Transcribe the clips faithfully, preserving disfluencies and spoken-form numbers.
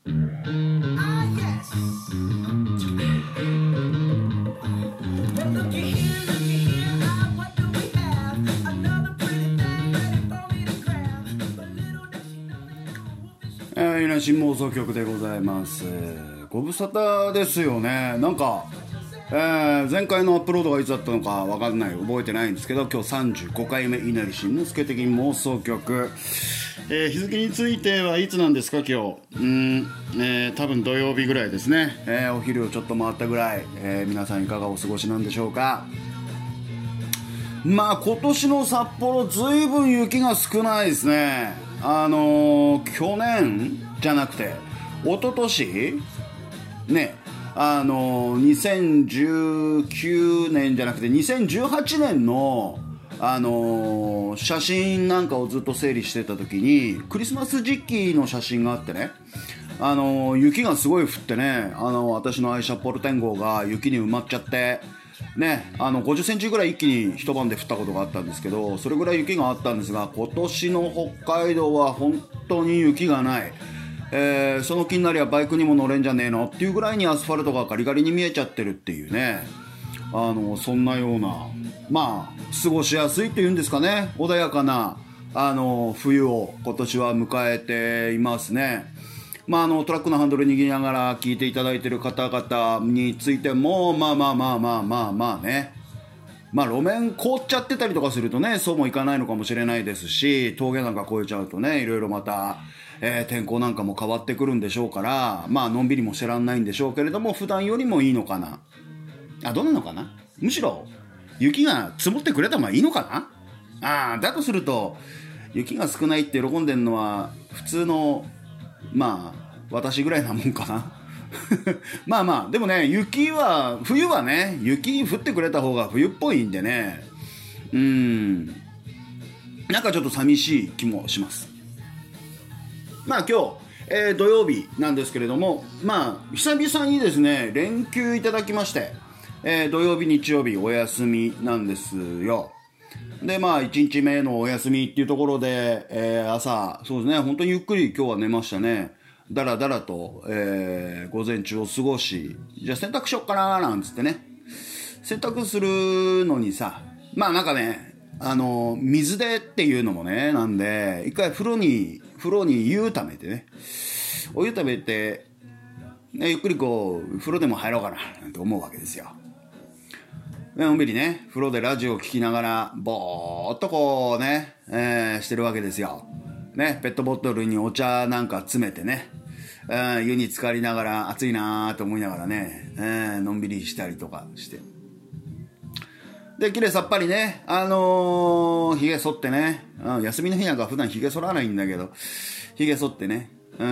えー、新妄想曲でございます。ご無沙汰ですよね。なんか、えー、前回のアップロードがいつだったのか分かんない、覚えてないんですけど、今日さんじゅうごかいめ稲荷新之助的妄想曲、えー、日付についてはいつなんですか今日。うーん、えー、多分土曜日ぐらいですね。えー、お昼をちょっと回ったぐらい、えー、皆さんいかがお過ごしなんでしょうか。まあ今年の札幌ずいぶん雪が少ないですね。あのー、去年じゃなくて一昨年ね、あのー、にせんじゅうきゅうねんじゃなくてにせんじゅうはちねんのあのー、写真なんかをずっと整理してた時にクリスマス時期の写真があってね、あのー、雪がすごい降ってね、あのー、私の愛車ポルテン号が雪に埋まっちゃってね、あのごじゅっセンチぐらい一気に一晩で降ったことがあったんですけど、それぐらい雪があったんですが、今年の北海道は本当に雪がない。えー、その気になりゃバイクにも乗れんじゃねえのっていうぐらいにアスファルトがガリガリに見えちゃってるっていうね、あのそんなような、まあ過ごしやすいというんですかね、穏やかなあの冬を今年は迎えていますね。まあ、あのトラックのハンドル握りながら聞いていただいている方々についてもまあまあまあまあまあまあね、まあ路面凍っちゃってたりとかするとね、そうもいかないのかもしれないですし、峠なんか越えちゃうとね、いろいろまた、えー、天候なんかも変わってくるんでしょうから、まあのんびりもしてらんないんでしょうけれども、普段よりもいいのかな、あ、どうなのかな、むしろ雪が積もってくれた方がいいのかな。あ、だとすると雪が少ないって喜んでるのは普通の、まあ私ぐらいなもんかなまあまあでもね、雪は冬はね、雪降ってくれた方が冬っぽいんでね、うーん、なんかちょっと寂しい気もします。まあ今日、えー、土曜日なんですけれども、まあ久々にですね連休いただきまして、えー、土曜日日曜日お休みなんですよ。でまあいちにちめのお休みっていうところで、えー、朝そうですね、本当にゆっくり今日は寝ましたね。だらだらと、えー、午前中を過ごし、じゃあ洗濯しよっかななんつってね、洗濯するのにさ、まあなんかね、あの水でっていうのもねなんで、一回風呂に風呂に湯ためてね、お湯ためて、ね、ゆっくりこう風呂でも入ろうかななんて思うわけですよ。のんびりね、風呂でラジオを聞きながらぼーっとこうね、えー、してるわけですよね。ペットボトルにお茶なんか詰めてね、えー、湯に浸かりながら暑いなーと思いながらね、えー、のんびりしたりとかして、できれいさっぱりね、あのー、ひげ剃ってね、うん、休みの日なんか普段ひげ剃らないんだけど、ひげ剃ってね、うん、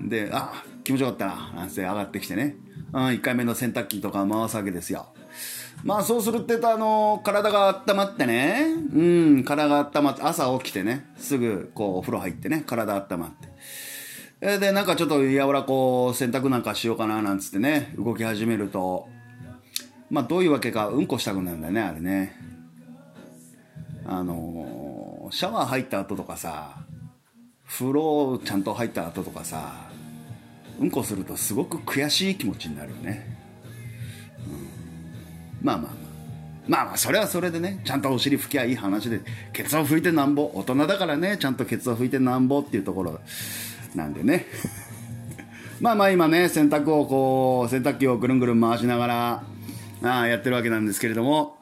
で、あ、気持ちよかったななんて上がってきてね、うん、いっかいめの洗濯機とか回すわけですよ。まあそうするってと、あのー、体が温まってね、うん、体が温まって、朝起きてね、すぐこうお風呂入ってね、体温まって、えでなんかちょっとやわらこう洗濯なんかしようかななんつってね動き始めると、まあどういうわけかうんこしたくなるんだよね、あれね。あのー、シャワー入った後とかさ、風呂ちゃんと入った後とかさ、うんこするとすごく悔しい気持ちになるよね、うん、まあまあまあまあまあそれはそれでね、ちゃんとお尻拭きゃいい話で、ケツを拭いてなんぼ、大人だからね、ちゃんとケツを拭いてなんぼっていうところなんでねまあまあ今ね洗濯をこう洗濯機をぐるんぐるん回しながらあやってるわけなんですけれども、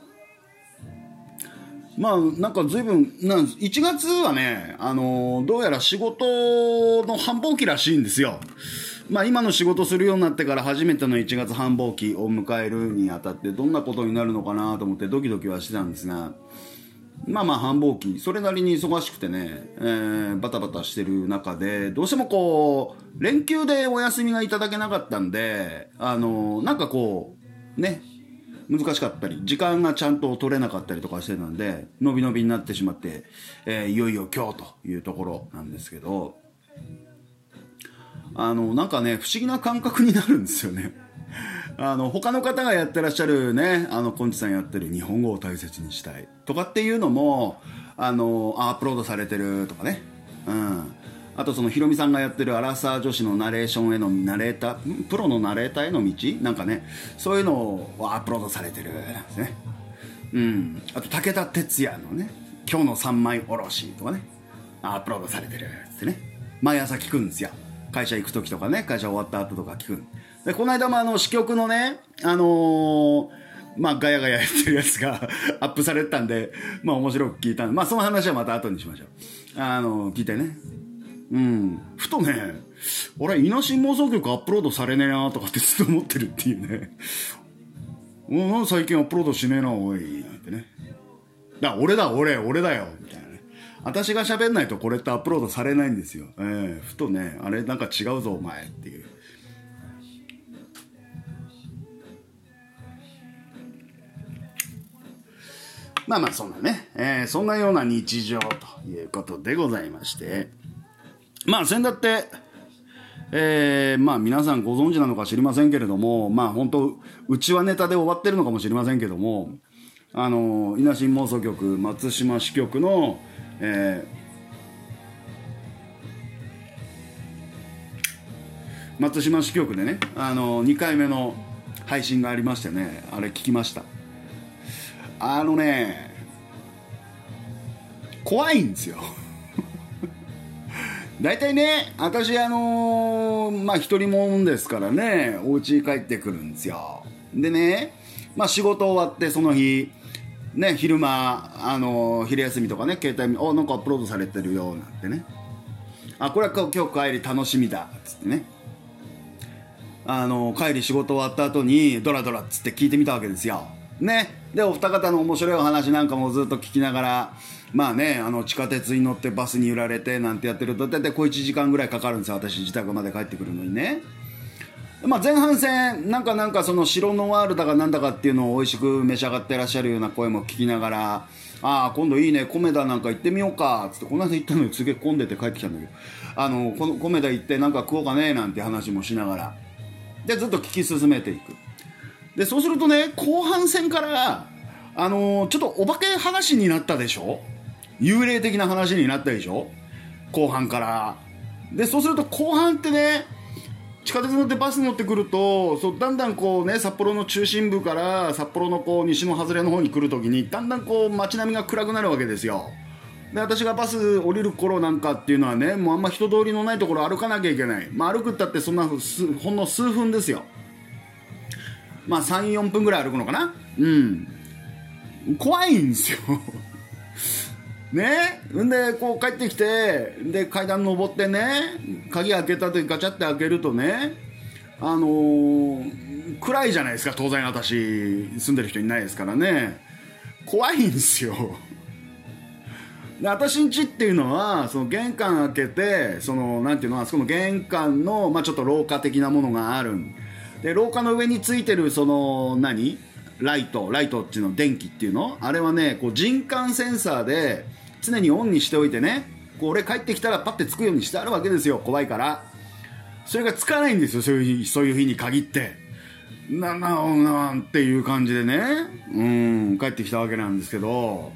まあなんか随分なんいちがつはね、あのー、どうやら仕事の繁忙期らしいんですよ。まあ今の仕事するようになってから初めてのいちがつ繁忙期を迎えるにあたってどんなことになるのかなと思ってドキドキはしてたんですが、まあまあ繁忙期それなりに忙しくてね、えー、バタバタしてる中でどうしてもこう連休でお休みがいただけなかったんで、あのー、なんかこうね難しかったり時間がちゃんと取れなかったりとかしてたんで伸び伸びになってしまって、えー、いよいよ今日というところなんですけど、あのなんかね不思議な感覚になるんですよね。あの他の方がやってらっしゃるね、あのコンチさんやってる日本語を大切にしたいとかっていうのもあのアップロードされてるとかね、うん、 あとそのヒロミさんがやってるアラサー女子のナレーションへのナレーター、プロのナレーターへの道なんかね、そういうのをアップロードされてるんですね。うん。あと武田鉄矢のね、今日の三枚おろしとかね、アップロードされてるってね、毎朝聞くんですよ。会社行く時とかね、会社終わった後とか聞く。で、この間もあの支局のね、あのー、まあガヤガヤやってるやつがアップされてたんで、まあ面白く聞いたんで、まあその話はまた後にしましょう。あのー、聞いてね。うん。ふとね、俺、稲新妄想曲アップロードされねえなとかってずっと思ってるっていうね。うん、最近アップロードしねえな、おい、なんてね。だ、俺だ、俺、俺だよ、みたいなね。私が喋んないとこれってアップロードされないんですよ。えー、ふとね、あれなんか違うぞ、お前っていう。まあまあ、そんなね、えー、そんなような日常ということでございまして。まあ、先だって、えー、まあ皆さんご存知なのか知りませんけれども、まあ本当うちはネタで終わってるのかもしれませんけども、あの稲新妄想局松島支局の、えー、松島支局でね、あのにかいめの配信がありましてね、あれ聞きました。あのね、怖いんですよ。大体ね、私あのー、まあ一人もんですからね、お家帰ってくるんですよ。でね、まあ仕事終わってその日、ね、昼間、あのー、昼休みとかね、携帯見、お、なんかアップロードされてるよ、なんてね。あ、これは今日帰り楽しみだ、つってね。あのー、帰り仕事終わった後に、ドラドラっつって聞いてみたわけですよ。ね。で、お二方の面白いお話なんかもずっと聞きながら、まあね、あの地下鉄に乗ってバスに揺られてなんてやってると大体小いちじかんぐらいかかるんですよ、私自宅まで帰ってくるのにね。まあ前半戦なんかなんかその白ノワールだかなんだかっていうのを美味しく召し上がってらっしゃるような声も聞きながら、ああ今度いいねコメダなんか行ってみようかつって、この間行ったのにすげえ混んでて帰ってきたんだけど、あのこのコメダ行ってなんか食おうかねなんて話もしながらでずっと聞き進めていく。でそうするとね、後半戦からあのー、ちょっとお化け話になったでしょ、幽霊的な話になったでしょ、後半から。でそうすると後半ってね、地下鉄乗ってバスに乗ってくると、そうだんだんこうね、札幌の中心部から札幌のこう西の外れの方に来るときにだんだんこう街並みが暗くなるわけですよ。で私がバス降りる頃なんかっていうのはね、もうあんま人通りのないところ歩かなきゃいけない。まあ歩くったってそんなほんの数分ですよ。まあ さん,よん 分ぐらい歩くのかな。うん怖いんですよ。ね、んでこう帰ってきて、で階段登ってね、鍵開けた時ガチャって開けるとね、あのー、暗いじゃないですか。当然私住んでる人いないですからね、怖いんですよ。で私ん家っていうのはその玄関開けて、そのなんていうのはその玄関の、まあ、ちょっと廊下的なものがあるんで、廊下の上についてるその何ライトライトっていうの、電気っていうの、あれはねこう人感センサーで常にオンにしておいてね、こう俺帰ってきたらパッてつくようにしてあるわけですよ。怖いから。それがつかないんですよ、そういう日、そういう日に限ってなななんていう感じでね、うん帰ってきたわけなんですけど、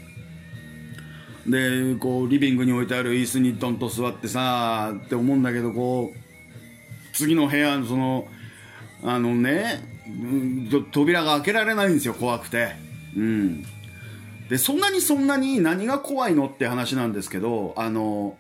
でこうリビングに置いてある椅子にドンと座ってさって思うんだけど、こう次の部屋のそのあのね、扉が開けられないんですよ、怖くて。うんでそんなにそんなに何が怖いのって話なんですけど、あの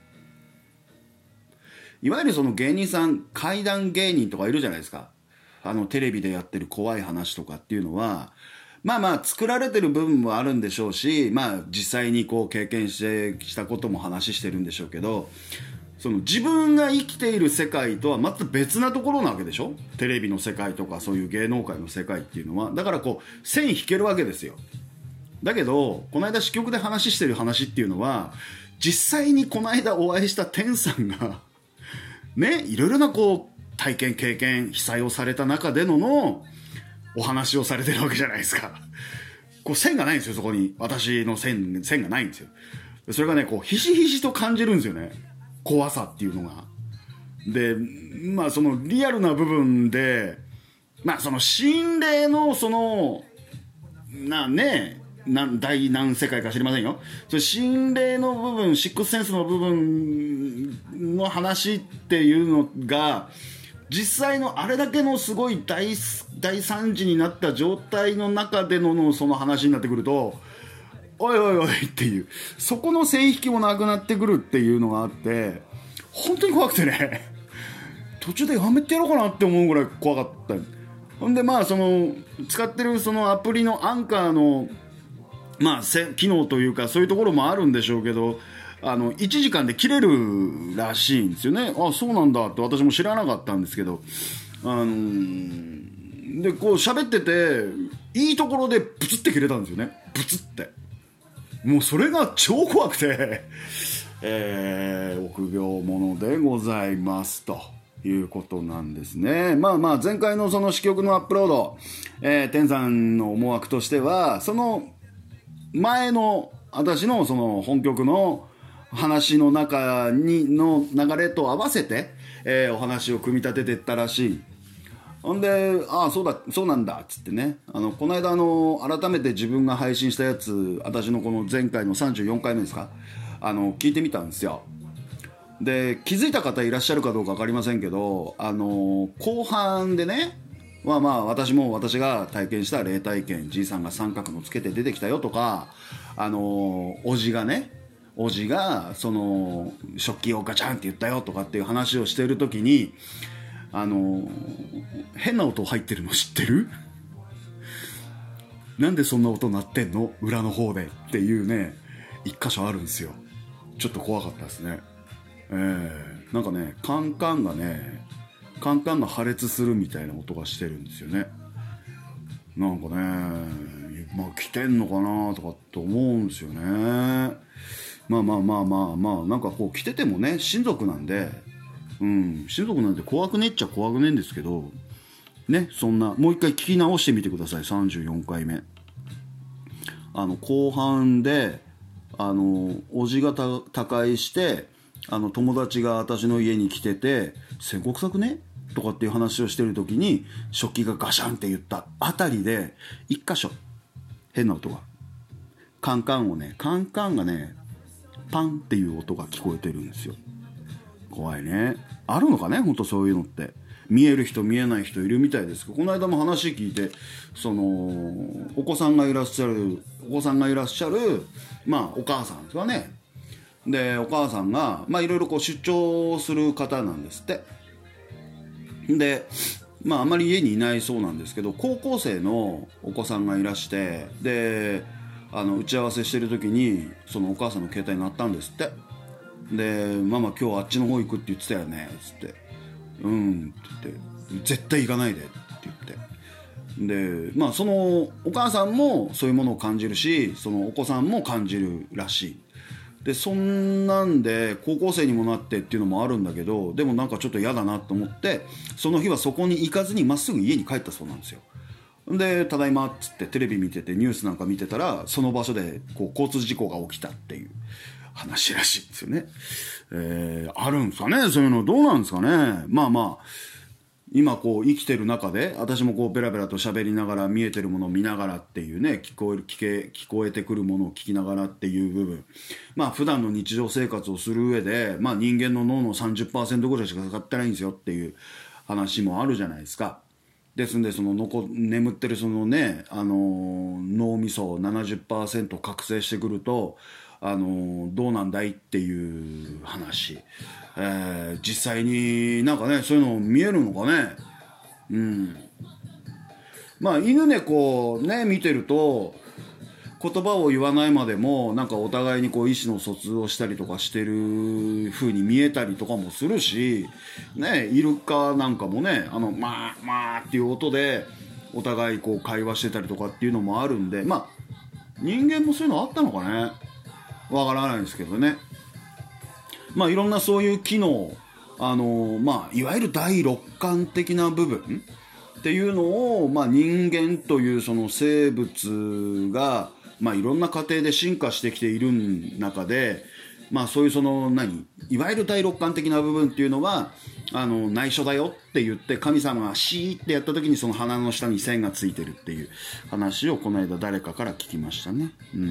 いわゆるその芸人さん、怪談芸人とかいるじゃないですか。あのテレビでやってる怖い話とかっていうのは、まあまあ作られてる部分もあるんでしょうし、まあ実際にこう経験してしたことも話してるんでしょうけど、その自分が生きている世界とはまた別なところなわけでしょ。テレビの世界とかそういう芸能界の世界っていうのは、だからこう線引けるわけですよ。だけどこの間支局で話してる話っていうのは、実際にこの間お会いした天さんがね、いろいろなこう体験経験被災をされた中でののお話をされてるわけじゃないですか。こう線がないんですよ、そこに私の線線がないんですよ。それがねこうひしひしと感じるんですよね、怖さっていうのが。でまあそのリアルな部分で、まあその心霊のそのなね何第何世界か知りませんよ。それ心霊の部分、シックスセンスの部分の話っていうのが実際のあれだけのすごい 大, 大惨事になった状態の中で の, のその話になってくると、おいおいおいっていう、そこの線引きもなくなってくるっていうのがあって、本当に怖くてね、途中でやめてやろうかなって思うぐらい怖かった。ほんでまあその使ってるそのアプリのアンカーのまあ機能というかそういうところもあるんでしょうけど、あのいちじかんで切れるらしいんですよね。あ、そうなんだって私も知らなかったんですけど、あのー、でこう喋ってていいところでブツって切れたんですよね。ブツって、もうそれが超怖くて、えー、臆病者でございますということなんですね。まあまあ前回のその詩曲のアップロード、えー、天さんの思惑としてはその前の私のその本曲の話の中にの流れと合わせて、えー、お話を組み立てていったらしい。ほんで、ああそうだそうなんだっつってね、あのこの間あの改めて自分が配信したやつ、私のこの前回のさんじゅうよんかいめですか、あの聞いてみたんですよ。で気づいた方いらっしゃるかどうか分かりませんけど、あの後半でね、まあまあ私も私が体験した霊体験、じいさんが三角のつけて出てきたよとか、あのおじがねおじがその食器をガチャンって言ったよとかっていう話をしている時に、あの変な音入ってるの知ってる？なんでそんな音鳴ってんの裏の方でっていうね、一箇所あるんですよ。ちょっと怖かったですね。えー、なんかねカンカンがねカンカンが破裂するみたいな音がしてるんですよね。なんかね、まあ来てんのかなとかって思うんですよね。まあまあまあまあまあ、なんかこう来ててもね、親族なんで、うん、親族なんで怖くねっちゃ怖くねえんですけどね。そんなもう一回聞き直してみてください。さんじゅうよんかいめ、あの後半であのおじが他界して、あの友達が私の家に来てて、宣告作ねとかっていう話をしてる時に食器がガシャンって言ったあたりで一箇所変な音が、カンカンをねカンカンがねパンっていう音が聞こえてるんですよ。怖いね。あるのかね、ほんとそういうのって。見える人見えない人いるみたいですけど、この間も話聞いて、そのお子さんがいらっしゃるお子さんがいらっしゃるまあお母さんですかね。でお母さんがまあいろいろこう出張する方なんですって。でまああんまり家にいないそうなんですけど、高校生のお子さんがいらして、であの打ち合わせしてる時にそのお母さんの携帯に鳴ったんですって。でママ今日あっちの方行くって言ってたよねつって、うんって言って、絶対行かないでって言って、でまあそのお母さんもそういうものを感じるし、そのお子さんも感じるらしい。でそんなんで高校生にもなってっていうのもあるんだけど、でもなんかちょっと嫌だなと思ってその日はそこに行かずにまっすぐ家に帰ったそうなんですよ。でただいまっつってテレビ見ててニュースなんか見てたら、その場所でこう交通事故が起きたっていう話らしいんですよね。えー、あるんですかねそういうの。どうなんですかね。まあまあ今こう生きてる中で私もこうベラベラと喋りながら見えてるものを見ながらっていうね、聞こえる聞け聞こえてくるものを聞きながらっていう部分、まあ普段の日常生活をする上で、まあ人間の脳の さんじゅっパーセント ぐらいしか使ってないんですよっていう話もあるじゃないですか。ですんでその残眠ってるそのね、あのー、脳みそ ななじゅっパーセント 覚醒してくると、あのー、どうなんだいっていう話、えー、実際になんかねそういうの見えるのかね。うん。まあ犬猫ね見てると言葉を言わないまでもなんかお互いにこう意思の疎通をしたりとかしてる風に見えたりとかもするしね、イルカなんかもねあのまあまあっていう音でお互いこう会話してたりとかっていうのもあるんで、まあ人間もそういうのあったのかね、わからないんですけどね。まあいろんなそういう機能、あのまあいわゆる第六感的な部分っていうのを、まあ、人間というその生物が、まあ、いろんな過程で進化してきている中で、 まあそういうその何いわゆる第六感的な部分っていうのはあの内緒だよって言って神様がシーってやった時にその鼻の下に線がついてるっていう話をこの間誰かから聞きましたね。うん。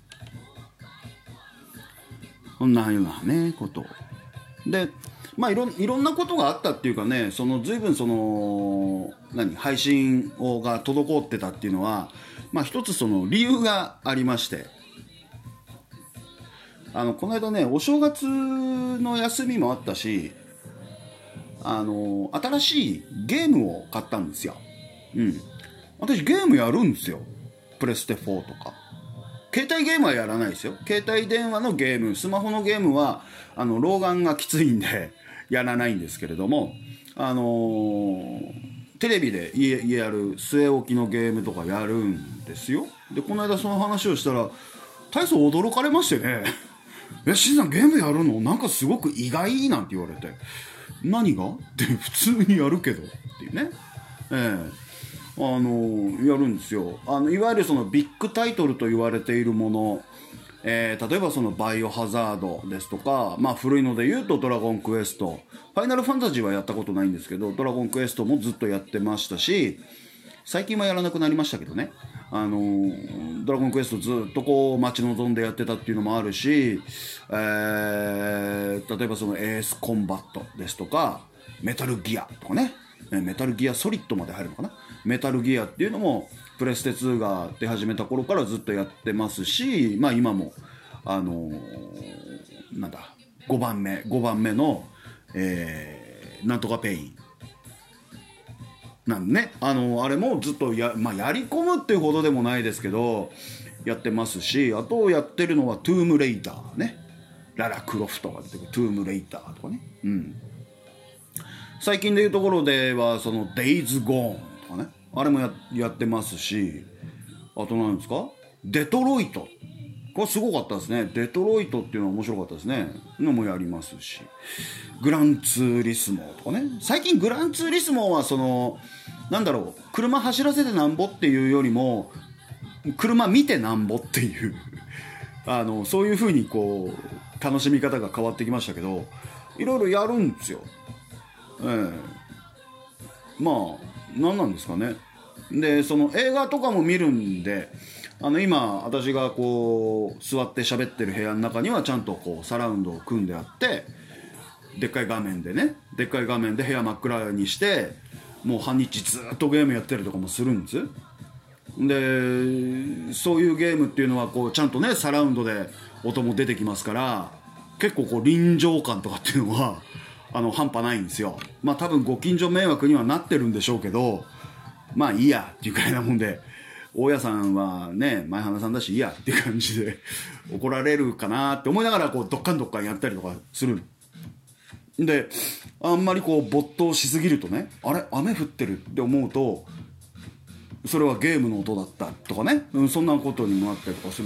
こんなようなねことで、まあいろいろんなことがあったっていうかね、その随分その何配信をが滞ってたっていうのは、まあ一つその理由がありまして、あのこの間ねお正月の休みもあったし、あの新しいゲームを買ったんですよ。うん。私ゲームやるんですよ。プレステフォーとか。携帯ゲームはやらないですよ。携帯電話のゲーム、スマホのゲームはあの老眼がきついんでやらないんですけれども、あのー、テレビで家やる据え置きのゲームとかやるんですよ。でこの間その話をしたら大層驚かれましてねえ、しんさんゲームやるのなんかすごく意外なんて言われて、何がって普通にやるけどっていうね、ええあのやるんですよ。あのいわゆるそのビッグタイトルと言われているもの、えー、例えばそのバイオハザードですとか、まあ古いので言うとドラゴンクエスト、ファイナルファンタジーはやったことないんですけどドラゴンクエストもずっとやってましたし、最近はやらなくなりましたけどね、あのー、ドラゴンクエストずっとこう待ち望んでやってたっていうのもあるし、えー、例えばそのエースコンバットですとかメタルギアとかね、メタルギアソリッドまで入るのかな、メタルギアっていうのもプレステツーが出始めた頃からずっとやってますし、まあ今もあのー、なんだごばんめごばんめの、えー、なんとかペインなんね、あのー、あれもずっとや、まあ、やり込むっていうほどでもないですけどやってますし、あとやってるのはトゥームレイダーね、ララクロフトが出てくるトゥームレイダーとかね、うん、最近でいうところではそのデイズゴーンとかね、あれも や, やってますし、あと何ですかデトロイト、これすごかったですね。デトロイトっていうのは面白かったですねのもやりますし、グランツーリスモとかね。最近グランツーリスモはそのなんだろう、車走らせてなんぼっていうよりも車見てなんぼっていうあのそういう風にこう楽しみ方が変わってきましたけど、いろいろやるんですよ。ええ、まあ何なんですかね。でその映画とかも見るんで、あの今私がこう座って喋ってる部屋の中にはちゃんとこうサラウンドを組んであって、でっかい画面でね、でっかい画面で部屋真っ暗にしてもう半日ずっとゲームやってるとかもするんです。でそういうゲームっていうのはこうちゃんとねサラウンドで音も出てきますから、結構こう臨場感とかっていうのはあの半端ないんですよ。まあ多分ご近所迷惑にはなってるんでしょうけど、まあいいやっていうくらいなもんで、大家さんはね前花さんだしいいやっていう感じで怒られるかなって思いながらこうどっかんどっかんやったりとかするで、あんまりこう没頭しすぎるとね、あれ雨降ってるって思うとそれはゲームの音だったとかね、うん、そんなことにもなったりとかする。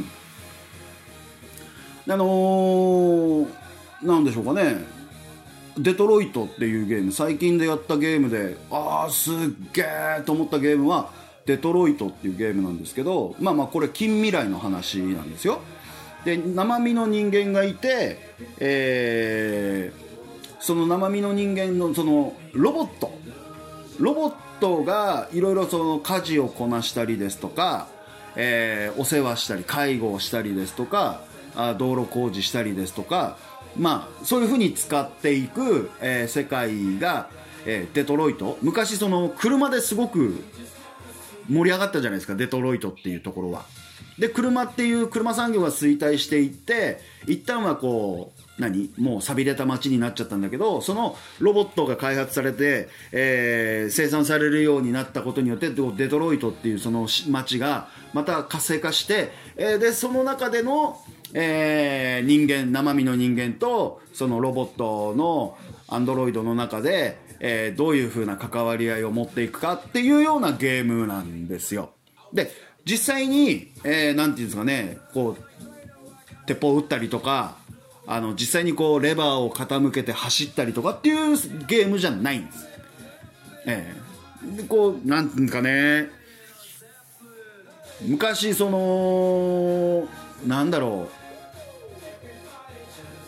あのー、なんでしょうかね、デトロイトっていうゲーム、最近でやったゲームであーすっげーと思ったゲームはデトロイトっていうゲームなんですけど、まあまあこれ近未来の話なんですよ。で生身の人間がいて、えー、その生身の人間のそのロボットロボットがいろいろその家事をこなしたりですとか、えー、お世話したり介護をしたりですとか、あ道路工事したりですとか、まあそういう風に使っていく、えー、世界が、えー、デトロイト。昔その車ですごく盛り上がったじゃないですか、デトロイトっていうところは。で車っていう車産業が衰退していって、一旦はこう何もう寂れた街になっちゃったんだけど、そのロボットが開発されて、えー、生産されるようになったことによってデトロイトっていうその街がまた活性化して、えー、でその中での、えー、人間生身の人間とそのロボットのアンドロイドの中で、えー、どういう風な関わり合いを持っていくかっていうようなゲームなんですよ。で実際に、えー、なんていうんですかね、こう鉄砲を撃ったりとか、あの実際にこうレバーを傾けて走ったりとかっていうゲームじゃないんです。えー、でこうなんていうんですかね、昔そのなんだろ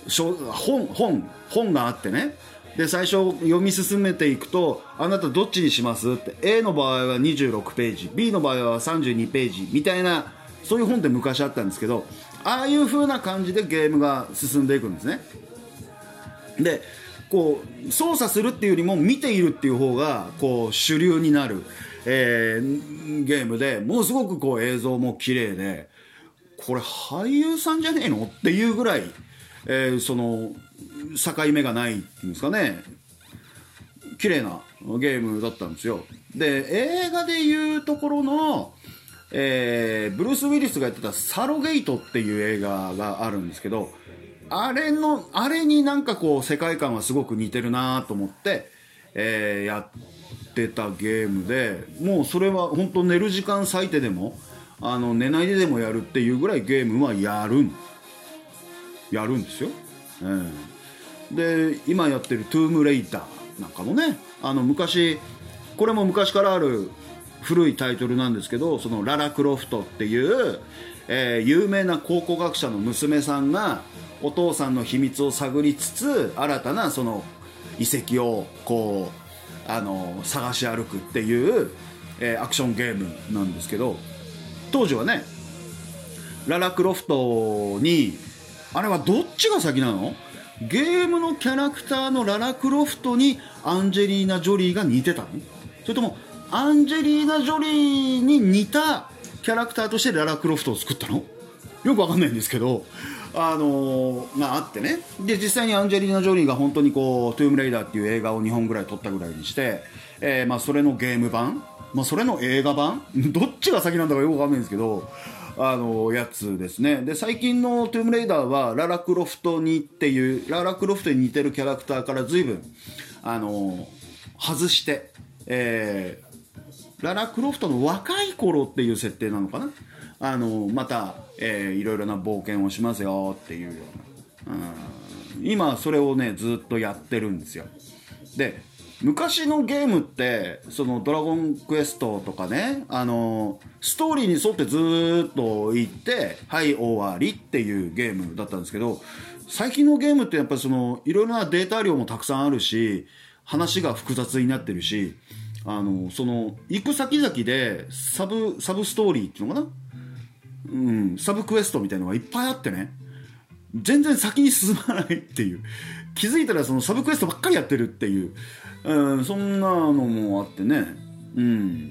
本本本があってね、で最初読み進めていくと、あなたどっちにしますって、 A の場合はにじゅうろくページ、 B の場合はさんじゅうにページみたいな、そういう本って昔あったんですけど、ああいう風な感じでゲームが進んでいくんですね。でこう操作するっていうよりも見ているっていう方がこう主流になる、えー、ゲームで、ものすごくこう映像も綺麗で、これ俳優さんじゃねえのっていうぐらい、えー、その境目がないっていうんですかね、綺麗なゲームだったんですよ。で映画でいうところの、えー、ブルース・ウィリスがやってたサロゲートっていう映画があるんですけど、あれのあれになんかこう世界観はすごく似てるなと思って、えー、やってたゲームで、もうそれは本当寝る時間割いてでも、あの寝ないででもやるっていうぐらいゲームはやるんやるんですよ、えー、で今やってるトゥームレイダーなんかもね、あの昔これも昔からある古いタイトルなんですけど、そのララ・クロフトっていう、えー、有名な考古学者の娘さんがお父さんの秘密を探りつつ、新たなその遺跡をこうあの探し歩くっていう、えー、アクションゲームなんですけど、当時はねララ・クロフトに、あれはどっちが先なの？ゲームのキャラクターのララ・クロフトにアンジェリーナ・ジョリーが似てたの？それともアンジェリーナ・ジョリーに似たキャラクターとしてララ・クロフトを作ったの？よくわかんないんですけど、あのー、があってね。で実際にアンジェリーナ・ジョリーが本当にこうトゥームレイダーっていう映画をにほんぐらい撮ったぐらいにして、えーまあ、それのゲーム版、まあ、それの映画版どっちが先なんだかよくわかんないんですけど、あのー、やつですね。で最近のトゥームレイダーはララ・クロフトにっていうララ・クロフトに似てるキャラクターから随分、あのー、外して、えー、ララ・クロフトの若い頃っていう設定なのかな、あのまた、えー、いろいろな冒険をしますよっていうような、うん、今それをねずっとやってるんですよ。で昔のゲームってそのドラゴンクエストとかね、あのストーリーに沿ってずっと行ってはい終わりっていうゲームだったんですけど、最近のゲームってやっぱりそのいろいろなデータ量もたくさんあるし、話が複雑になってるし、あのその行く先々でサブサブストーリーっていうのかな、うん、サブクエストみたいなのがいっぱいあってね、全然先に進まないっていう、気づいたらそのサブクエストばっかりやってるっていう、うん、そんなのもあってね、うん、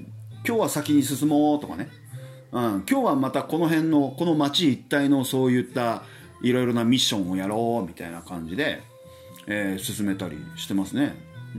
今日は先に進もうとかね、うん、今日はまたこの辺のこの街一帯のそういったいろいろなミッションをやろうみたいな感じで、えー、進めたりしてますね。うん、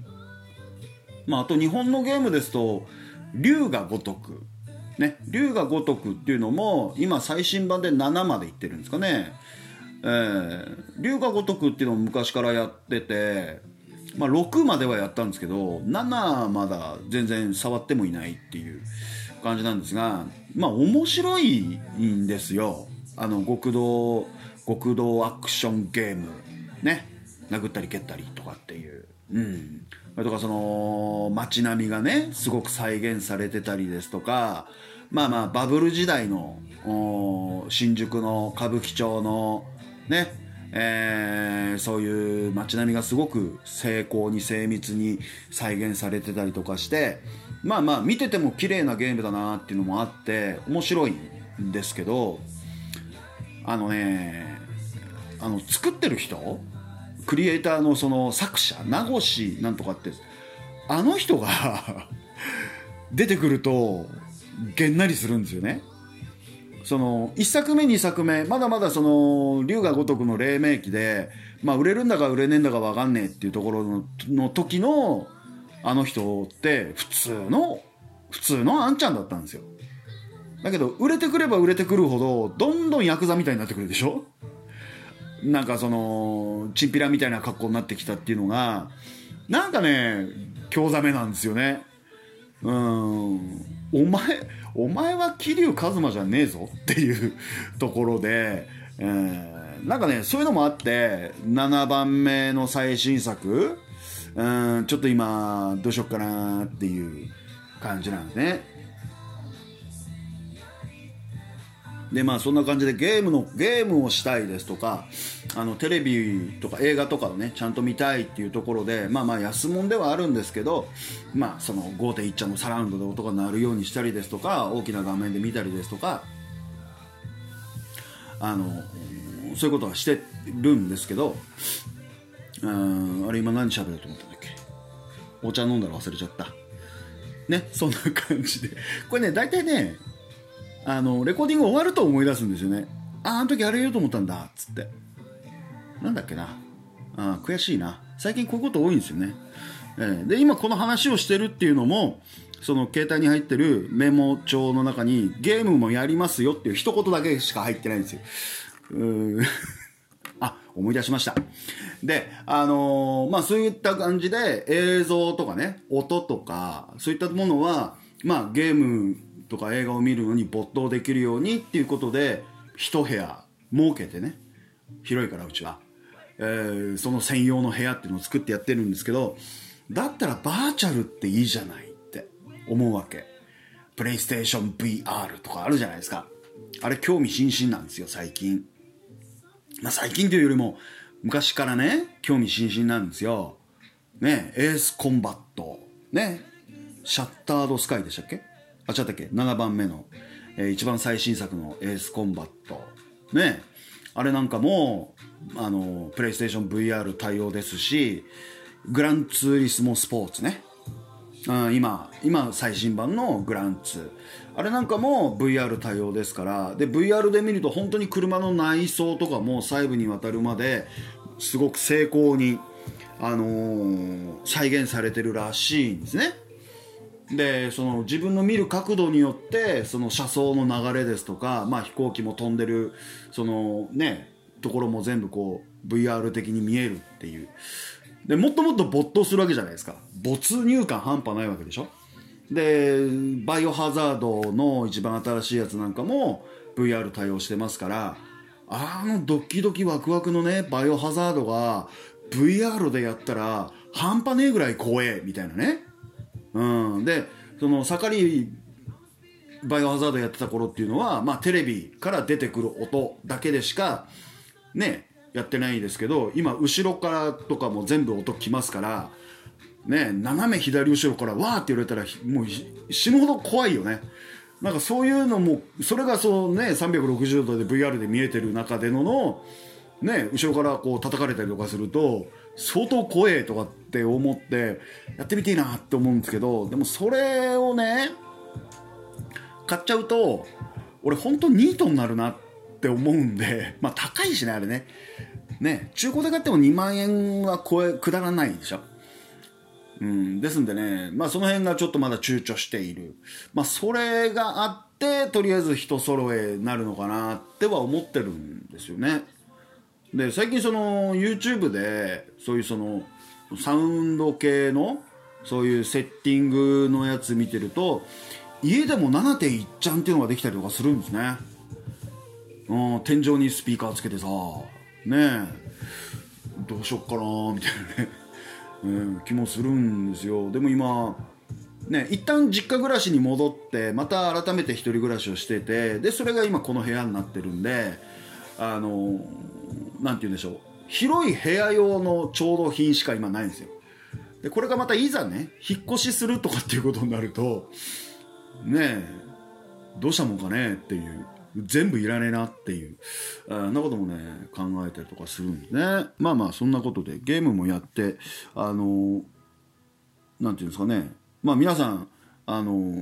まああと日本のゲームですと龍が如くね、龍が如くっていうのも今最新版でななまでいってるんですかね。えー、龍が如くっていうのも昔からやってて、まあ、ろくまではやったんですけどななまだ全然触ってもいないっていう感じなんですが、まあ面白いんですよ。あの極道極道アクションゲームね、殴ったり蹴ったりとかっていう、うん、それとかその街並みがねすごく再現されてたりですとか、まあまあバブル時代の新宿の歌舞伎町のね、えー、そういう街並みがすごく精巧に精密に再現されてたりとかして、まあまあ見てても綺麗なゲームだなっていうのもあって面白いんですけど、あのねあの作ってる人クリエイターのその作者名越なんとかって、あの人が出てくるとげんなりするんですよね。そのいっさくめにさくめまだまだその龍が如くの黎明期で、まあ、売れるんだか売れねえんだか分かんねえっていうところ の, の時のあの人って普通の普通のあんちゃんだったんですよ。だけど売れてくれば売れてくるほどどんどんヤクザみたいになってくるでしょ。なんかそのチンピラみたいな格好になってきたっていうのがなんかね興ざめなんですよね。うーん、お前お前は桐生一馬じゃねえぞっていうところで、えー、なんかねそういうのもあってななばんめの最新作、うん、ちょっと今どうしよっかなっていう感じなんですね。 でまあそんな感じでゲームのゲームをしたいですとか、あのテレビとか映画とかをねちゃんと見たいっていうところで、まあまあ安物ではあるんですけど、まあその ごてんいち ちゃんのサラウンドで音が鳴るようにしたりですとか、大きな画面で見たりですとか、あのそういうことはしてるんですけど、うん、あれ今何喋ると思ったんだっけ。お茶飲んだら忘れちゃったね。そんな感じでこれね大体ね、あのレコーディング終わると思い出すんですよね。ああの時あれ言おうと思ったんだっつって、なんだっけなあ、悔しいな。最近こういうこと多いんですよね、えー、で今この話をしてるっていうのも、その携帯に入ってるメモ帳の中にゲームもやりますよっていう一言だけしか入ってないんですよ。うーあ、思い出しました。で、あのー、まあそういった感じで映像とかね、音とかそういったものは、まあゲームとか映画を見るのに没頭できるようにっていうことで一部屋設けてね、広いからうちは、えー、その専用の部屋っていうのを作ってやってるんですけど、だったらバーチャルっていいじゃないって思うわけ。プレイステーション ブイアール とかあるじゃないですか。あれ興味津々なんですよ最近。まあ最近というよりも昔からね興味津々なんですよね。エースコンバットね、シャッタードスカイでしたっけ、あ、違ったっけ、ななばんめの、えー、一番最新作のエースコンバットね、あれなんかもあのプレイステーション ブイアール 対応ですし、グランツーリスモスポーツね、うん、今今最新版のグランツあれなんかも ブイアール 対応ですから、で ブイアール で見ると本当に車の内装とかも細部にわたるまですごく精巧に、あのー、再現されてるらしいんですね。でその自分の見る角度によってその車窓の流れですとか、まあ、飛行機も飛んでるそのねところも全部こう ブイアール 的に見えるっていう。でもっともっと没頭するわけじゃないですか。没入感半端ないわけでしょ。でバイオハザードの一番新しいやつなんかも ブイアール 対応してますから、あのドキドキワクワクのねバイオハザードが ブイアール でやったら半端ねえぐらい怖えみたいなね。うん、でその盛りバイオハザードやってた頃っていうのは、まあ、テレビから出てくる音だけでしかねやってないですけど、今後ろからとかも全部音きますからね、斜め左後ろからわーって言われたらもう死ぬほど怖いよね。なんかそういうのもそれがそうねさんびゃくろくじゅうどで ブイアール で見えてる中でののね後ろからこう叩かれたりとかすると相当怖えとかって思ってやってみていいなって思うんですけど、でもそれをね買っちゃうと俺本当ニートになるなって思うんで、まあ高いしねあれね、ね中古で買ってもにまんえんは超えくだらないでしょ。うん、ですんでね、まあその辺がちょっとまだ躊躇している。まあそれがあってとりあえず人揃えになるのかなっては思ってるんですよね。で最近その YouTube でそういうそのサウンド系のそういうセッティングのやつ見てると家でも ななてんいち ちゃんっていうのができたりとかするんですね。うん、天井にスピーカーつけてさねえどうしよっかなみたいなねうん、気もするんですよ。でも今ね一旦実家暮らしに戻ってまた改めて一人暮らしをしてて、でそれが今この部屋になってるんで、あのなんて言うんでしょう、広い部屋用の調度品しか今ないんですよ。でこれがまたいざね引っ越しするとかっていうことになるとねえどうしたもんかねっていう、全部いらねえなっていうあんなこともね考えたりとかするんですね。まあまあそんなことでゲームもやってあのなんていうんですかね、まあ皆さんあの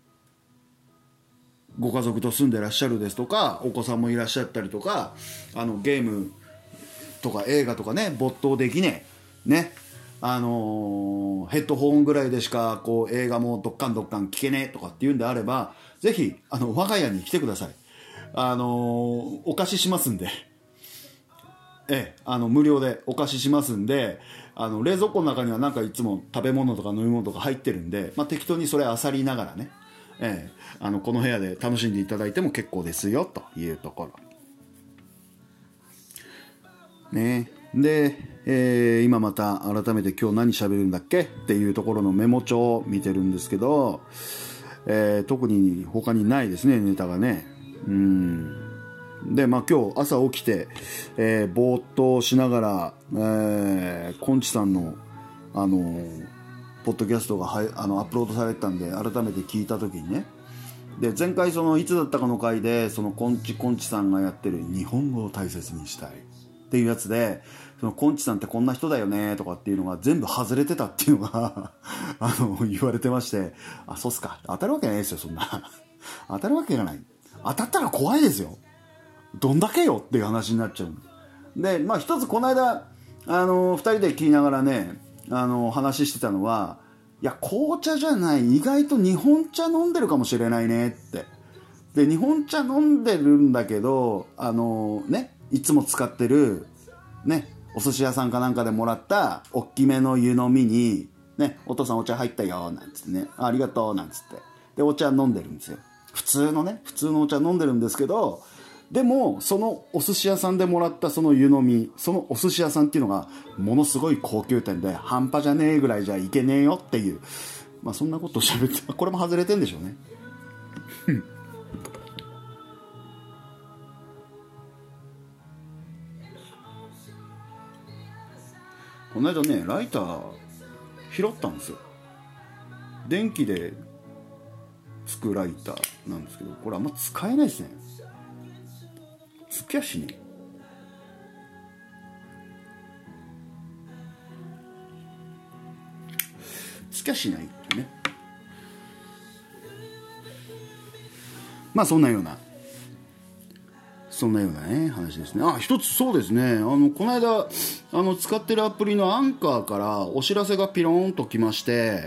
ご家族と住んでらっしゃるですとかお子さんもいらっしゃったりとか、あのゲームとか映画とかね没頭できねえね、あのヘッドホンぐらいでしかこう映画もどっかんどっかん聞けねえとかっていうんであればぜひあの我が家に来てください。あのー、お貸ししますんで、ええ、あの無料でお貸ししますんで、あの冷蔵庫の中にはなんかいつも食べ物とか飲み物とか入ってるんで、まあ、適当にそれあさりながらね、ええ、あのこの部屋で楽しんでいただいても結構ですよというところね。で、えー、今また改めて今日何喋るんだっけっていうところのメモ帳を見てるんですけど、えー、特に他にないですねネタがね。 うんでまあ今日朝起きて、えー、ぼーっとしながら、えー、こんちさんのあのー、ポッドキャストがはあのアップロードされてたんで改めて聞いた時にね、で前回そのいつだったかの回でそのこんちこんちさんがやってる日本語を大切にしたいっていうやつで、そのこんちさんってこんな人だよねとかっていうのが全部外れてたっていうのがあの言われてまして、あ、そうっすか、当たるわけないですよ、そんな当たるわけがない。当たったら怖いですよ、どんだけよっていう話になっちゃう。でまあ一つこの間あのふたりで聞きながらね、あの話してたのは、いや紅茶じゃない、意外と日本茶飲んでるかもしれないねって。で日本茶飲んでるんだけど、あのねいつも使ってるねお寿司屋さんかなんかでもらったおっきめの湯飲みにね、お父さんお茶入ったよなんつってね、 あ, ありがとうなんつって、でお茶飲んでるんですよ。普通のね普通のお茶飲んでるんですけど、でもそのお寿司屋さんでもらったその湯飲み、そのお寿司屋さんっていうのがものすごい高級店で半端じゃねえぐらいじゃいけねえよっていう、まあそんなことを喋って、これも外れてんでしょうねこの間ねライター拾ったんですよ。電気でつくライターなんですけど、これあんま使えないですね。つきゃしねえ。つきゃしないってね。まあそんなようなそんなようなね話ですね。あ、一つそうですね、あのこの間あの使ってるアプリのアンカーからお知らせがピローンと来まして、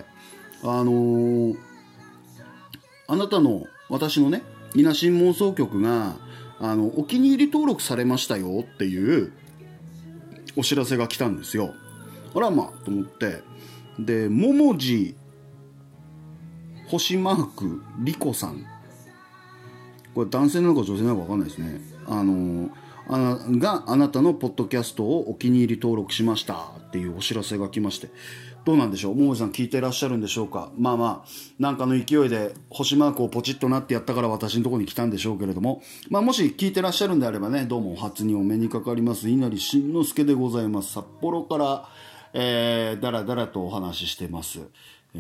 あのー、あなたの私のね稲新妄想局があのお気に入り登録されましたよっていうお知らせが来たんですよ。あらまあと思って、でももじ星マークリコさん、これ男性なのか女性なのか分かんないですね。あのあながあなたのポッドキャストをお気に入り登録しましたっていうお知らせが来まして、どうなんでしょう、ももじさん聞いてらっしゃるんでしょうか。まあまあなんかの勢いで星マークをポチッとなってやったから私のところに来たんでしょうけれども、まあもし聞いてらっしゃるんであればね、どうもお初にお目にかかります稲荷慎之介でございます。札幌からえー、だらだらとお話ししてます。うん、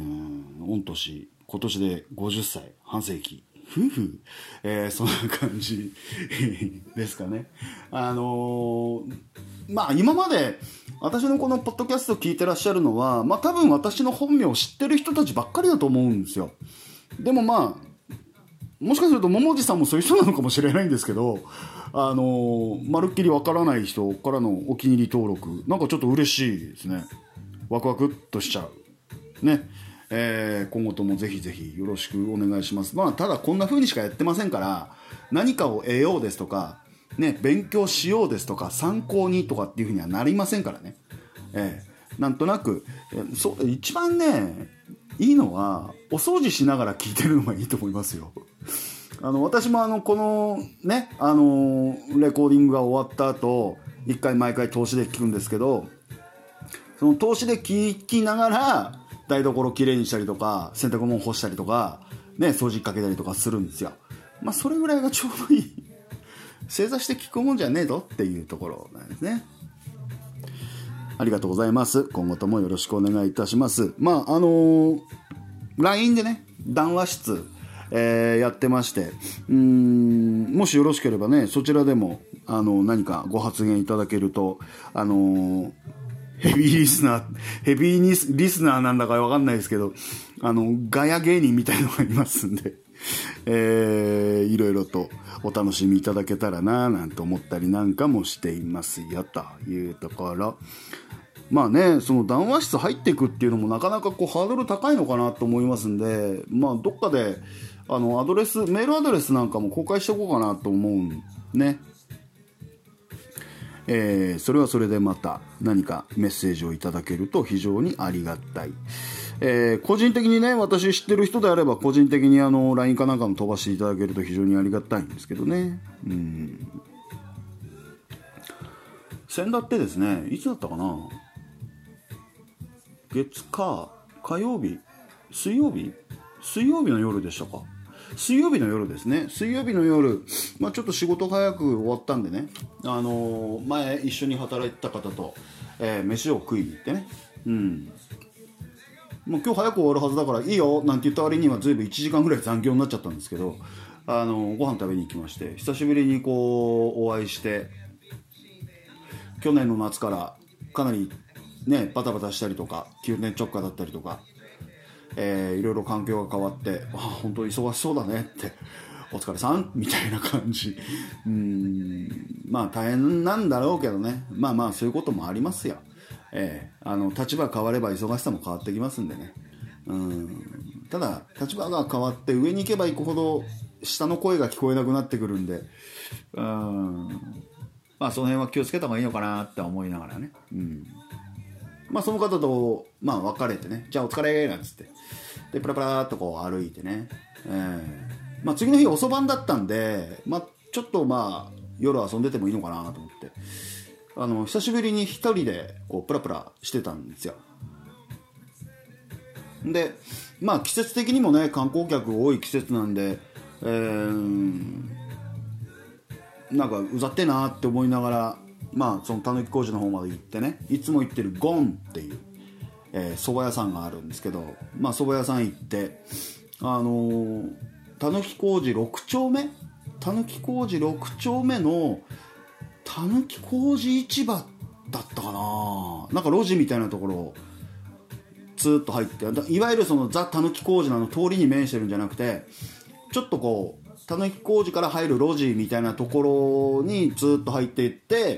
御年今年でごじゅっさい、半世紀、ふふ、えー、そんな感じですかね。あのー、まあ今まで私のこのポッドキャストを聞いてらっしゃるのは、まあ多分私の本名を知ってる人たちばっかりだと思うんですよ。でもまあもしかすると桃地さんもそういう人なのかもしれないんですけど、あのー、まるっきりわからない人からのお気に入り登録、なんかちょっと嬉しいですね。ワクワクっとしちゃうね。えー、今後ともぜひぜひよろしくお願いします。まあただこんな風にしかやってませんから、何かを得ようですとかね、勉強しようですとか参考にとかっていう風にはなりませんからね。えー、なんとなく、えー、そう一番ねいいのはお掃除しながら聞いてるのがいいと思いますよ。あの私もあのこのねあのレコーディングが終わった後一回毎回通しで聞くんですけど、その通しで聞きながら台所きれいにしたりとか洗濯物干したりとかね掃除かけたりとかするんですよ。まあそれぐらいがちょうどいい。正座して聞くもんじゃねえぞっていうところなんですね。ありがとうございます。今後ともよろしくお願いいたします。まああのー、ライン でね談話室えー、やってまして、うーん、もしよろしければねそちらでもあの何かご発言いただけると、あのー、ヘビーリスナーヘビーリスナーなんだかわかんないですけど、あのガヤ芸人みたいのがいますんで、えー、いろいろとお楽しみいただけたらななんて思ったりなんかもしていますよというところ。まあね、その談話室入っていくっていうのもなかなかこうハードル高いのかなと思いますんで、まあどっかであのアドレスメールアドレスなんかも公開しておこうかなと思うんね。えー、それはそれでまた何かメッセージをいただけると非常にありがたい。えー、個人的にね私知ってる人であれば個人的にあの ライン かなんかも飛ばしていただけると非常にありがたいんですけどね。うん。先だってですね、いつだったかな、月火火曜日水曜日水曜日の夜でしたか。 水曜日の夜ですね。水曜日の夜、まあ、ちょっと仕事早く終わったんでね、あのー、前一緒に働いてた方と、えー、飯を食いに行ってね、うん、もう今日早く終わるはずだからいいよなんて言った割にはずいぶんいちじかんぐらい残業になっちゃったんですけど、あのー、ご飯食べに行きまして、久しぶりにこうお会いして、去年の夏からかなりねバタバタしたりとか急転直下だったりとか、えー、いろいろ環境が変わって、あ本当忙しそうだねってお疲れさんみたいな感じ。うーんまあ大変なんだろうけどね、まあまあそういうこともありますよ。えー、あの立場変われば忙しさも変わってきますんでね。うんただ立場が変わって上に行けば行くほど下の声が聞こえなくなってくるんで、うんまあその辺は気をつけた方がいいのかなって思いながらね。うんまあその方とまあ別れてね、じゃあお疲れなんつってでプラプラっとこう歩いてね、えー、まあ次の日遅番だったんで、まあちょっとまあ夜遊んでてもいいのかなと思って、あの久しぶりに一人でこうプラプラしてたんですよ。でまあ季節的にもね観光客多い季節なんで、えー、なんかうざってなって思いながら、まあそのたぬき工事の方まで行ってね、いつも行ってるゴンっていうえー、蕎麦屋さんがあるんですけど、まあ蕎麦屋さん行ってあのー、たぬき工事ろく丁目たぬき工事ろく丁目のたぬき工事市場だったかな、なんか路地みたいなところをツーッと入って、いわゆるそのザ・たぬき工事の通りに面してるんじゃなくて、ちょっとこうたぬき工事から入る路地みたいなところにツーッと入っていって、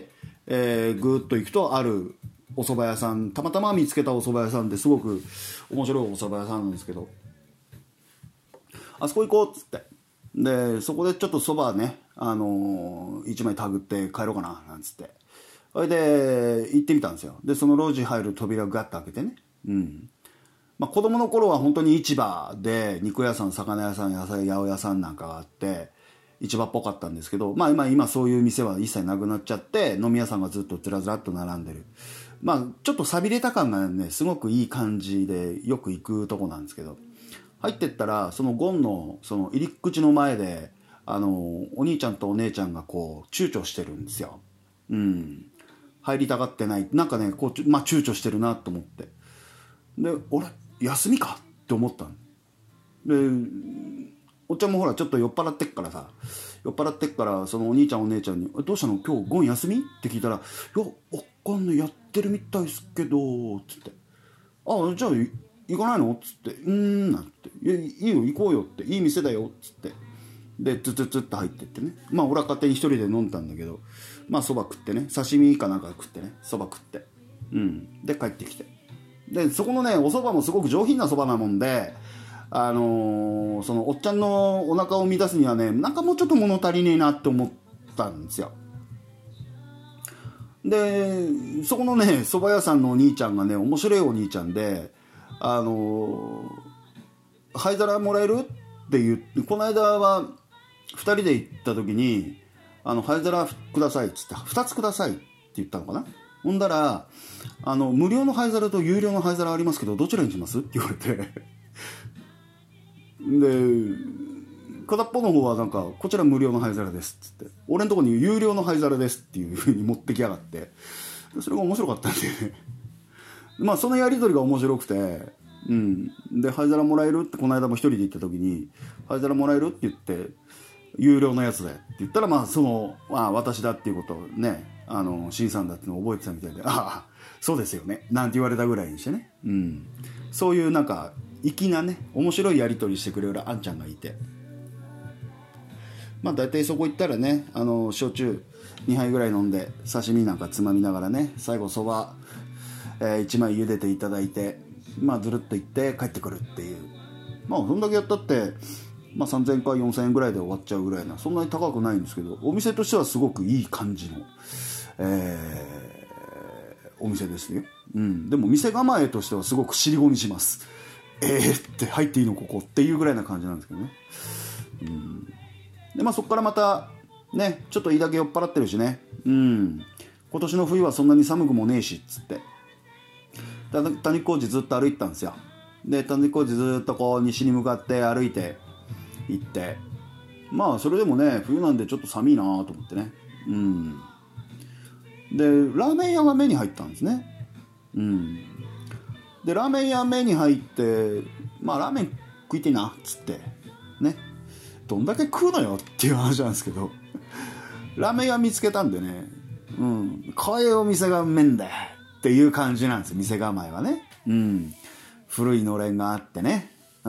えー、ぐーっと行くとあるお蕎麦屋さん、たまたま見つけたお蕎麦屋さんですごく面白いお蕎麦屋さんなんですけど、あそこ行こうっつって、でそこでちょっと蕎麦ね、あのー、いちまいたぐって帰ろうかななんつって、それで行ってみたんですよ。でその路地入る扉をガッと開けてね、うんまあ、子供の頃は本当に市場で肉屋さん魚屋さん野菜八百屋さんなんかがあって市場っぽかったんですけど、まあ今今そういう店は一切なくなっちゃって飲み屋さんがずっとずらずらっと並んでる、まあちょっと寂れた感がねすごくいい感じでよく行くとこなんですけど、入ってったらそのゴンのその入り口の前であのお兄ちゃんとお姉ちゃんがこう躊躇してるんですよ。うん入りたがってない、なんかねこう、まあ、躊躇してるなと思って、で俺休みかって思ったので、おっちゃんもほらちょっと酔っ払ってっからさ酔っ払ってっからそのお兄ちゃんお姉ちゃんに「どうしたの今日ゴン休み?」って聞いたら「いやわかんないやってるみたいですけど」つって「あじゃあ行かないの?」っつって「うーん」なんて「いやいいよ行こうよ」って「いい店だよ」っつってでツツツッと入ってってね、まあ俺は勝手に一人で飲んだんだけど、まあそば食ってね刺身かなんか食ってねそば食ってうんで帰ってきて、でそこのねお蕎麦もすごく上品な蕎麦なもんで、あのー、そのおっちゃんのお腹を満たすにはねなんかもうちょっと物足りねえなって思ったんですよ。でそこのね蕎麦屋さんのお兄ちゃんがね面白いお兄ちゃんで、あのー、灰皿もらえるって言って、この間はふたりで行った時にあの灰皿くださいっつってふたつくださいって言ったのかな。ほんだらあの無料の灰皿と有料の灰皿ありますけどどちらにしますって言われてで片っぽの方はなんかこちら無料の灰皿ですっつって、俺のところに有料の灰皿ですっていう風に持ってきやがって、それが面白かったんでまあそのやり取りが面白くて、うんで灰皿もらえるってこの間も一人で行った時に灰皿もらえるって言って有料のやつだよって言ったら、まあその、まあ、私だっていうことをねあの新さんだってのを覚えてたみたいで、ああそうですよねなんて言われたぐらいにしてね、うん、そういうなんか粋なね面白いやり取りしてくれるあんちゃんがいて、まあ大体そこ行ったらねあの焼酎にはいぐらい飲んで刺身なんかつまみながらね最後そば、えー、いちまい茹でていただいて、まあずるっと行って帰ってくるっていう、まあそんだけやったってまあ、さんぜんかよんせんえんぐらいで終わっちゃうぐらいな、そんなに高くないんですけど、お店としてはすごくいい感じの、えー、お店ですよ、うん、でも店構えとしてはすごく尻込みします。えーって入っていいのここっていうぐらいな感じなんですけどね、うん、でまあそこからまたねちょっといいだけ酔っ払ってるしね、うん、今年の冬はそんなに寒くもねえしっつって谷工事ずっと歩いてたんですよ。で谷工事ずっとこう西に向かって歩いて、 行って、まあそれでもね冬なんでちょっと寒いなと思ってね、うんでラーメン屋が目に入ったんですね。うんでラーメン屋目に入って、まあラーメン食いてえなっつってね、どんだけ食うのよっていう話なんですけどラーメン屋見つけたんでね、うん、こういうお店がうめんだよっていう感じなんですよ、店構えはね。うん、古いのれんがあってね、うん、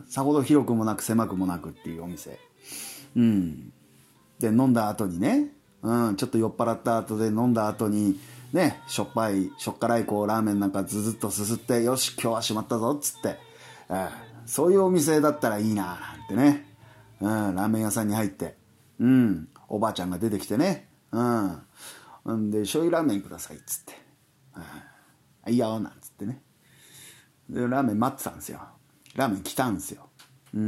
さほど広くもなく狭くもなくっていうお店。うん、で飲んだ後にね、うん、ちょっと酔っ払った後で飲んだ後にね、しょっぱいしょっ辛いこうラーメンなんかずずっとすすって、よし今日は閉まったぞっつって、うん、そういうお店だったらいいななんてね、うん、ラーメン屋さんに入って、うん、おばあちゃんが出てきてね、うん、んで醤油ラーメンくださいっつって、うん、いいよなんつってね、でラーメン待ってたんですよ。ラーメン来たんですよ。うん、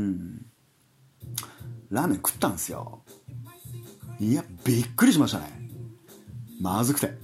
ラーメン食ったんですよ。いやびっくりしましたね、まずくて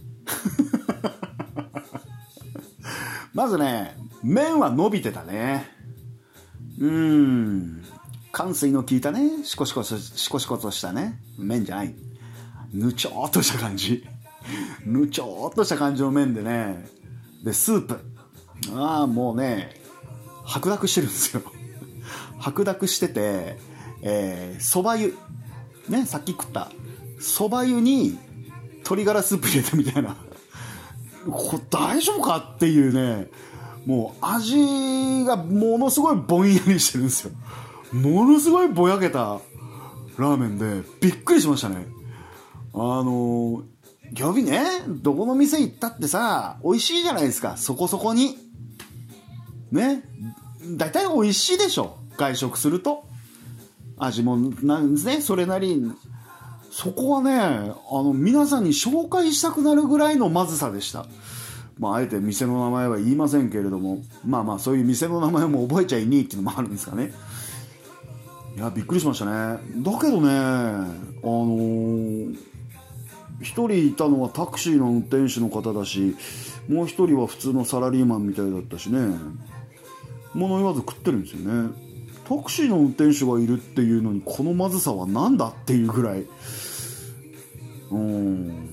まずね、麺は伸びてたね。うーん、乾水の効いたね、シコシコシコシコとしたね麺じゃない、ぬちょーっとした感じぬちょーっとした感じの麺でね、でスープ、ああもうね白濁してるんですよ白濁してて、えー、そば湯ね、さっき食ったそば湯に鶏ガラスープ入れたみたいなこれ大丈夫かっていうね、もう味がものすごいぼんやりしてるんですよ。ものすごいぼやけたラーメンでびっくりしましたね。あの予備ね、どこの店行ったってさ美味しいじゃないですか、そこそこにね、だいたい美味しいでしょ、外食すると。味もなんですね、それなりに。そこはね、あの皆さんに紹介したくなるぐらいのまずさでした。まああえて店の名前は言いませんけれども、まあまあそういう店の名前も覚えちゃいにいっていうのもあるんですかね。いやびっくりしましたね。だけどね、あのー、一人いたのはタクシーの運転手の方だし、もう一人は普通のサラリーマンみたいだったしね、物言わず食ってるんですよね。タクシーの運転手がいるっていうのにこのまずさはなんだっていうぐらい、うん、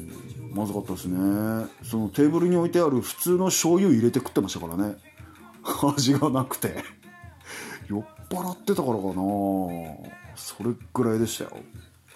まずかったですね。そのテーブルに置いてある普通の醤油入れて食ってましたからね味がなくて酔っ払ってたからかな、それぐらいでしたよ。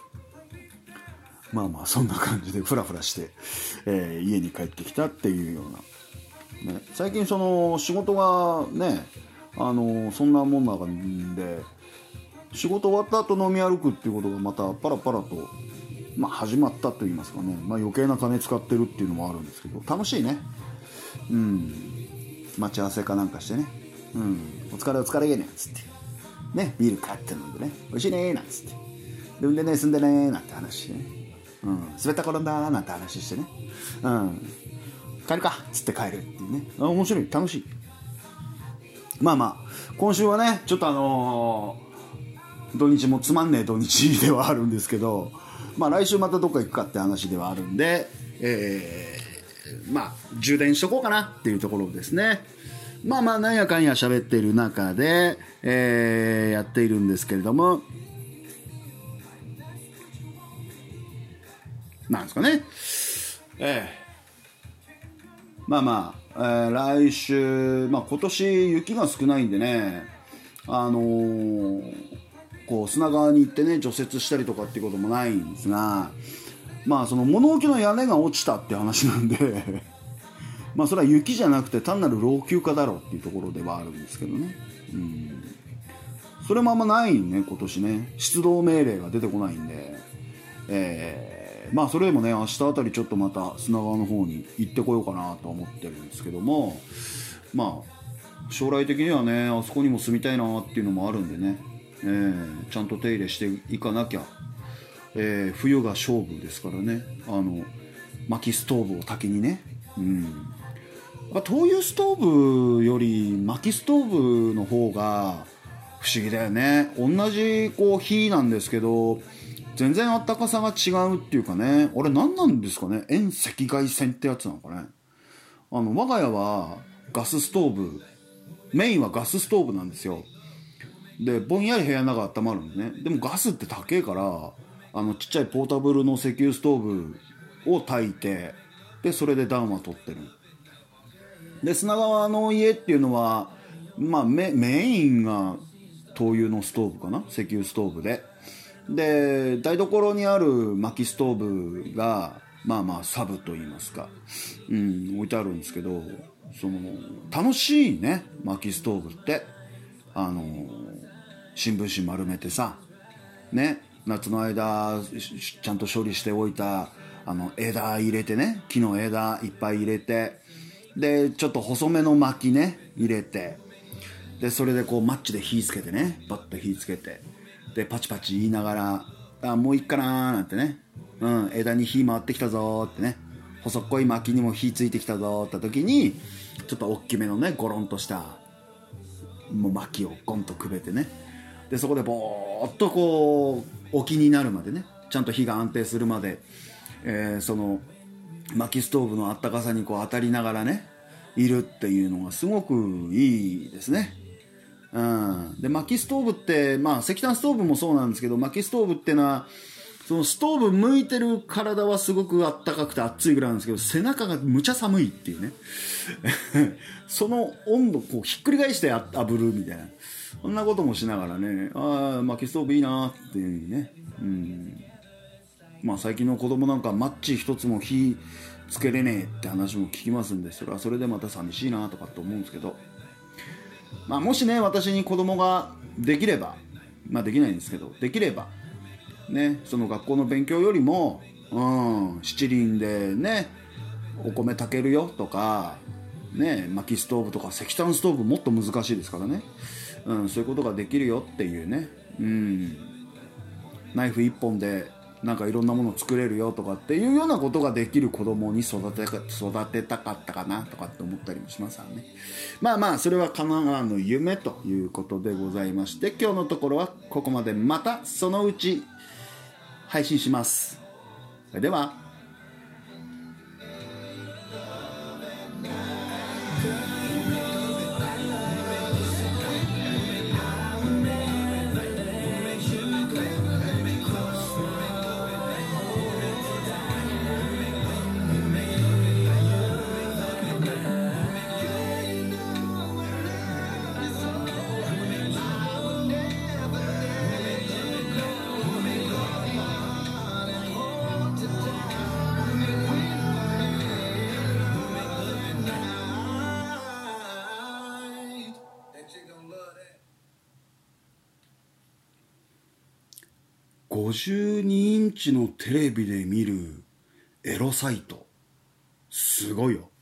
まあまあそんな感じでフラフラして、えー、家に帰ってきたっていうような、ね、最近その仕事がね、あのそんなもんなんで、仕事終わった後飲み歩くっていうことがまたパラパラと、まあ、始まったと言いますかね、まあ、余計な金使ってるっていうのもあるんですけど、楽しいね。うん、待ち合わせかなんかしてね、うん、お疲れお疲れなんつってね、ビール買って飲んでね、美味しいねなんつって、でんでね住んでねなんて話してね、うん、滑った転んだなんて話してね、うん、帰るかっつって帰るっていうね、あ面白い、楽しい。まあまあ今週はねちょっとあのー、土日もつまんねえ土日ではあるんですけど、まあ来週またどっか行くかって話ではあるんで、えー、まあ充電しとこうかなっていうところですね。まあまあなんやかんや喋っている中で、えー、やっているんですけれども、なんですかね、えー、まあまあえー、来週、まあ、今年雪が少ないんでね、あのー、こう砂川に行ってね除雪したりとかっていうこともないんですが、まあその物置の屋根が落ちたって話なんでまあそれは雪じゃなくて単なる老朽化だろうっていうところではあるんですけどね、うん、それもあんまないね今年ね、出動命令が出てこないんで、えーまあそれでもね明日あたりちょっとまた砂川の方に行ってこようかなと思ってるんですけども、まあ将来的にはねあそこにも住みたいなっていうのもあるんでね、えー、ちゃんと手入れしていかなきゃ、えー、冬が勝負ですからね、あの薪ストーブを焚きにね、うん、灯油ストーブより薪ストーブの方が不思議だよね。同じこう火なんですけど全然あったかさが違うっていうかね、あれ何なんですかね、遠赤外線ってやつなのかね。あの我が家はガスストーブ、メインはガスストーブなんですよ。 でぼんやり部屋の中温まるんですね。でもガスって高えから、あのちっちゃいポータブルの石油ストーブを焚いて、でそれで暖は取ってる。で砂川の家っていうのは、まあ、メ, メインが灯油のストーブかな、石油ストーブで、で台所にある薪ストーブがまあまあサブと言いますか、うん、置いてあるんですけど、その楽しいね、薪ストーブって。あの新聞紙丸めてさね、夏の間ちゃんと処理しておいたあの枝入れてね、木の枝いっぱい入れて、でちょっと細めの薪ね入れて、でそれでこうマッチで火つけてね、バッと火つけて、でパチパチ言いながら、あもういっかなーなんてね、うん、枝に火回ってきたぞーってね、細っこい薪にも火ついてきたぞーって時に、ちょっと大きめのねゴロンとしたもう薪をゴンとくべてね、でそこでぼーっとこう沖になるまでね、ちゃんと火が安定するまで、えー、その薪ストーブのあったかさにこう当たりながらねいるっていうのがすごくいいですね。うん、で薪ストーブって、まあ石炭ストーブもそうなんですけど、薪ストーブってのはそのストーブ向いてる体はすごくあったかくて熱いぐらいなんですけど、背中がむちゃ寒いっていうねその温度こうひっくり返して炙るみたいな、そんなこともしながらね、ああ薪ストーブいいなっていうね、うん、まあ最近の子供なんかマッチ一つも火つけれねえって話も聞きますんで、それはそれでまた寂しいなとかって思うんですけど、まあもしね私に子供ができれば、まあできないんですけど、できればね、その学校の勉強よりも、うん、七輪でねお米炊けるよとかね、薪ストーブとか石炭ストーブもっと難しいですからね、うん、そういうことができるよっていうね、うん、ナイフ一本でなんかいろんなもの作れるよとかっていうようなことができる子供に育て育てたかったかなとかって思ったりもしますからね。まあまあそれはかなわぬ夢ということでございまして、今日のところはここまで。またそのうち配信します。それでは。ごじゅうにインチのテレビで見るエロサイト、すごいよ。